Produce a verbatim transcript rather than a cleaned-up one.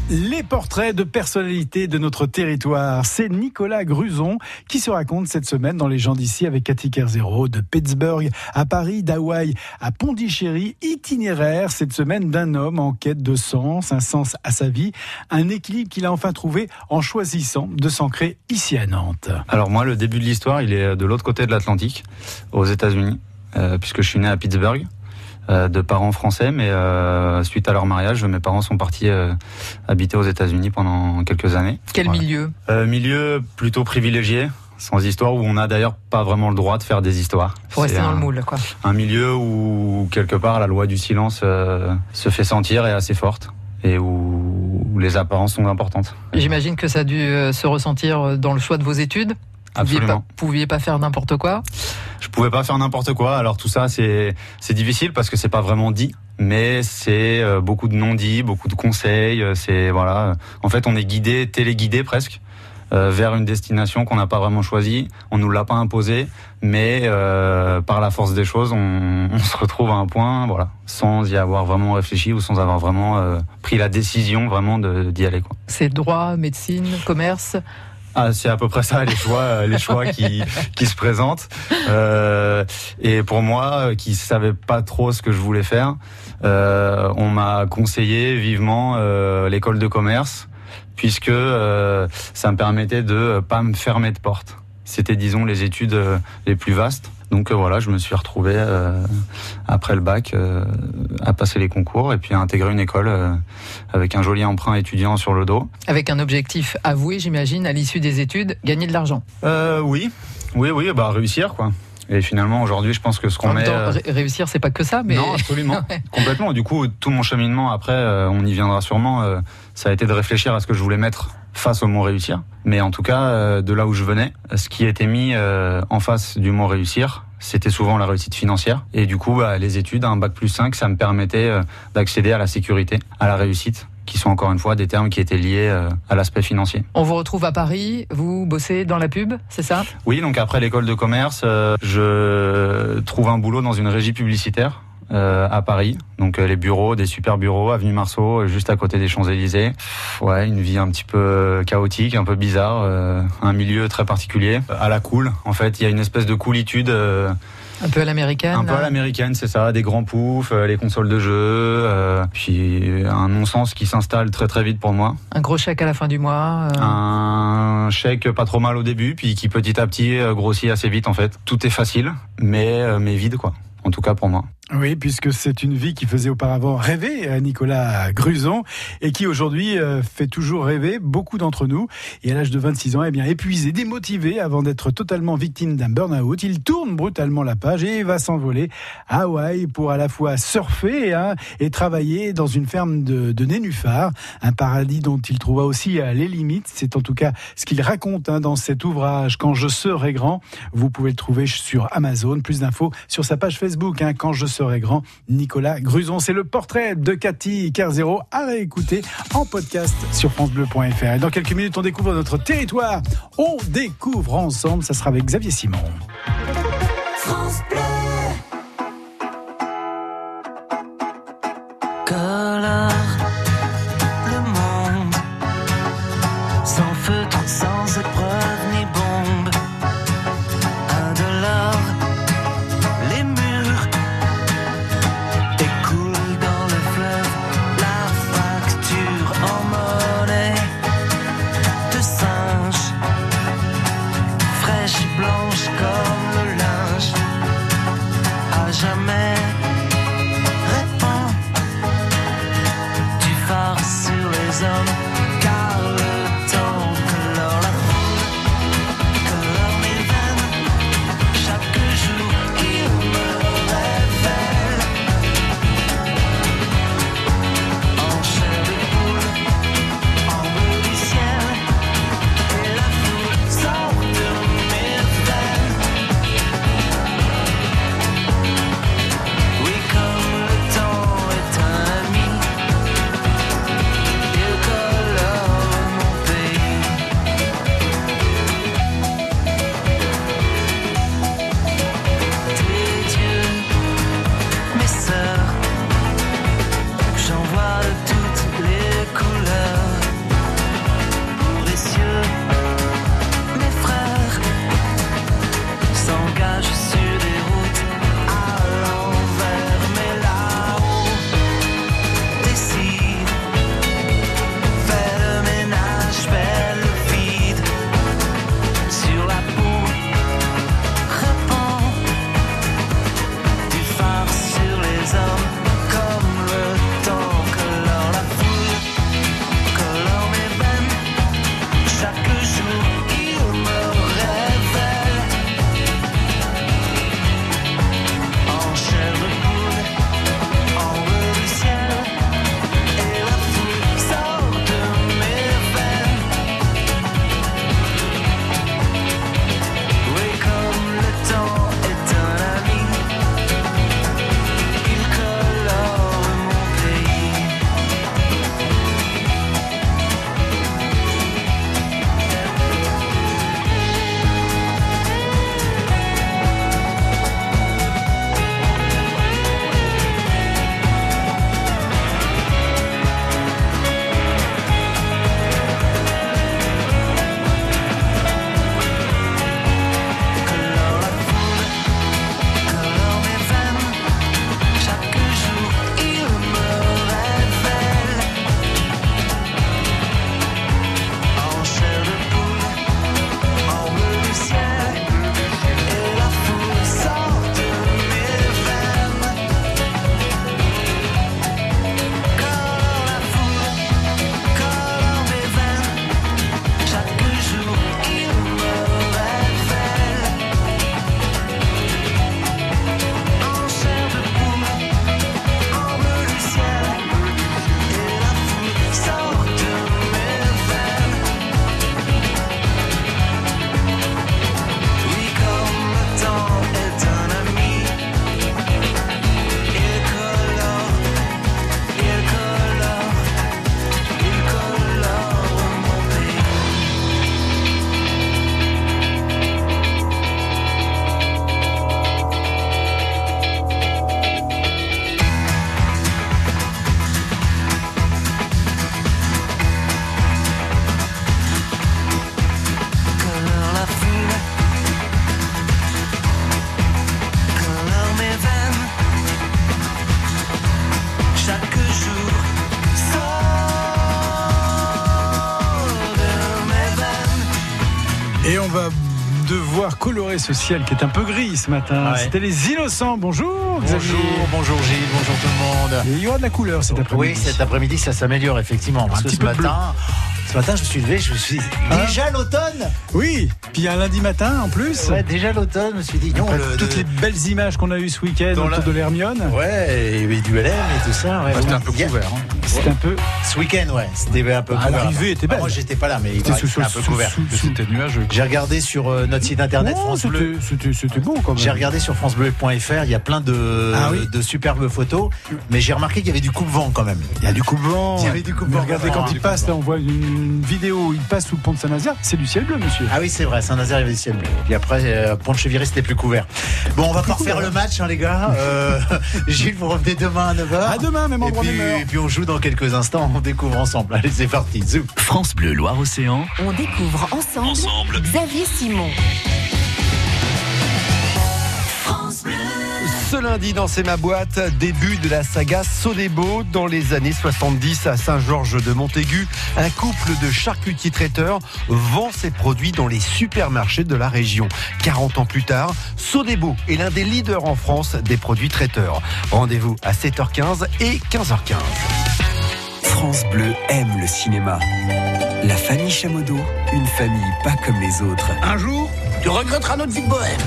Les portraits de personnalités de notre territoire. C'est Nicolas Gruson qui se raconte cette semaine dans Les gens d'ici avec Cathy Kerzero, de Pittsburgh à Paris, d'Hawaï à Pondichéry. Itinéraire cette semaine d'un homme en quête de sens, un sens à sa vie, un équilibre qu'il a enfin trouvé en choisissant de s'ancrer ici à Nantes. Alors moi, le début de l'histoire, il est de l'autre côté de l'Atlantique, aux États-Unis, euh, puisque je suis né à Pittsburgh. Euh, de parents français, mais euh, suite à leur mariage, mes parents sont partis euh, habiter aux États-Unis pendant quelques années. Quel voilà. milieu euh, Milieu plutôt privilégié, sans histoire, où on n'a d'ailleurs pas vraiment le droit de faire des histoires. Faut rester dans un, le moule, quoi. Un milieu où, quelque part, la loi du silence euh, se fait sentir et est assez forte, et où, où les apparences sont importantes. J'imagine que ça a dû euh, se ressentir dans le choix de vos études. Absolument. Vous ne pouviez pas faire n'importe quoi ? Je pouvais pas faire n'importe quoi. Alors tout ça, c'est c'est difficile parce que c'est pas vraiment dit, mais c'est euh, beaucoup de non-dits, beaucoup de conseils. C'est voilà. En fait, on est guidé, téléguidé presque euh, vers une destination qu'on n'a pas vraiment choisie. On nous l'a pas imposée, mais euh, par la force des choses, on, on se retrouve à un point, voilà, sans y avoir vraiment réfléchi ou sans avoir vraiment euh, pris la décision vraiment de, d'y aller, quoi. C'est droit, médecine, commerce. Ah, c'est à peu près ça, les choix, les choix qui, qui se présentent. Euh, et pour moi, qui savais pas trop ce que je voulais faire, euh, on m'a conseillé vivement euh, l'école de commerce, puisque euh, ça me permettait de pas me fermer de porte. C'était, disons, les études euh, les plus vastes. Donc euh, voilà, je me suis retrouvé euh, après le bac euh, à passer les concours et puis à intégrer une école euh, avec un joli emprunt étudiant sur le dos. Avec un objectif avoué, j'imagine, à l'issue des études, gagner de l'argent. Euh, oui, oui, oui, bah réussir, quoi. Et finalement, aujourd'hui, je pense que ce qu'on en met... Temps, euh... réussir, c'est pas que ça, mais... Non, absolument, ouais. Complètement. Du coup, tout mon cheminement, après, euh, on y viendra sûrement, euh, ça a été de réfléchir à ce que je voulais mettre face au mot réussir. Mais en tout cas, euh, de là où je venais, ce qui était mis euh, en face du mot réussir, c'était souvent la réussite financière. Et du coup, bah, les études, un bac plus cinq, ça me permettait euh, d'accéder à la sécurité, à la réussite, qui sont encore une fois des termes qui étaient liés euh, à l'aspect financier. On vous retrouve à Paris, vous bossez dans la pub, c'est ça ? Oui, donc après l'école de commerce, euh, je trouve un boulot dans une régie publicitaire euh, à Paris. Donc euh, les bureaux, des super bureaux, avenue Marceau, euh, juste à côté des Champs-Élysées. Ouais, une vie un petit peu chaotique, un peu bizarre, euh, un milieu très particulier. À la cool, en fait, il y a une espèce de coolitude... Euh, Un peu à l'américaine. Un peu à l'américaine, c'est ça. Des grands poufs, euh, les consoles de jeux, euh, puis un non-sens qui s'installe très très vite pour moi. Un gros chèque à la fin du mois. Euh... Un chèque pas trop mal au début, puis qui petit à petit euh, grossit assez vite en fait. Tout est facile, mais euh, mais vide quoi. En tout cas pour moi. Oui, puisque c'est une vie qui faisait auparavant rêver à Nicolas Gruson et qui aujourd'hui euh, fait toujours rêver beaucoup d'entre nous. Et à l'âge de vingt-six ans, eh bien épuisé, démotivé avant d'être totalement victime d'un burn-out, il tourne brutalement la page et va s'envoler à Hawaï pour à la fois surfer hein, et travailler dans une ferme de, de nénuphars, un paradis dont il trouva aussi les limites. C'est en tout cas ce qu'il raconte hein, dans cet ouvrage « Quand je serai grand ». Vous pouvez le trouver sur Amazon. Plus d'infos sur sa page Facebook hein, « Quand je serai grand ». Nicolas Gruson, c'est le portrait de Cathy Kerzero à réécouter en podcast sur francebleu point f r. Et dans quelques minutes, on découvre notre territoire. On découvre ensemble, ça sera avec Xavier Simon. France Bleu. Colore le monde, sans feutre, sans épreuve ni bombe, indolore. Les murs écoulent dans le fleuve, la facture en monnaie de singe, fraîche et blanche comme le linge, à jamais. Hommes, car le temps colore la foule, colore mes veines, chaque jour il me révèle, en chair de poule, en bleu du ciel, et la foule sort de mes veines. Oui, comme le temps est un ami, j'en vois de toutes les couleurs. Et on va devoir colorer ce ciel qui est un peu gris ce matin. Ouais. C'était les Innocents. Bonjour Xavier. Bonjour, bonjour Gilles, bonjour tout le monde. Et il y aura de la couleur cet après-midi. Oui, cet après-midi, ça s'améliore effectivement. Parce Un que petit ce peu de matin, ce matin, je me suis levé, je me suis dit, Hein déjà l'automne. Oui, puis il y a un lundi matin en plus. Ouais, déjà l'automne, je me suis dit, non, Après le, toutes de- les belles images qu'on a eues ce week-end Dans autour la- de l'Hermione. Ouais, et du L M et tout ça. Ouais, C'était bon, un peu hier- couvert. hein. C'est un peu. Ce week-end, ouais, c'était un peu Ah, couvert. l'arrivée était belle. Ah, moi, j'étais pas là, mais il C'était paraît que sous- c'était un sous- peu couvert. sous- sous- C'était nuageux. J'ai regardé sur euh, notre site internet Oh, France Bleu. c'était- C'était c'était beau quand même. J'ai regardé sur francebleu point f r, il y a plein de, Ah oui. de superbes photos, mais j'ai remarqué qu'il y avait du coupe-vent quand même. Il y a du coupe-vent. Il y avait du coupe-vent. Mais regardez, quand Ah, il du passe, là, coupe-vent. on voit une vidéo où il passe sous le pont de Saint-Nazaire. C'est du ciel bleu, monsieur. Ah oui, c'est vrai, Saint-Nazaire, il y avait du ciel bleu. Puis après, euh, Pont-de-Cheviré, c'était plus couvert. Bon, on va pas refaire le match, hein, les gars. Euh, Gilles, vous revenez demain à neuf heures. À demain, même Et endroit, puis, même heure. et puis on joue dans quelques instants, on découvre ensemble. Allez, c'est parti, zou. France Bleu Loire-Océan. On découvre ensemble, Ensemble. Xavier Simon. Ce lundi dans C'est ma boîte, début de la saga Sodebo. Dans les années soixante-dix à Saint-Georges de Montaigu, un couple de charcutiers traiteurs vend ses produits dans les supermarchés de la région. quarante ans plus tard, Sodebo est l'un des leaders en France des produits traiteurs. Rendez-vous à sept heures quinze et quinze heures quinze. France Bleu aime le cinéma. La famille Chamodo, une famille pas comme les autres. Un jour, tu regretteras notre vie de bohème.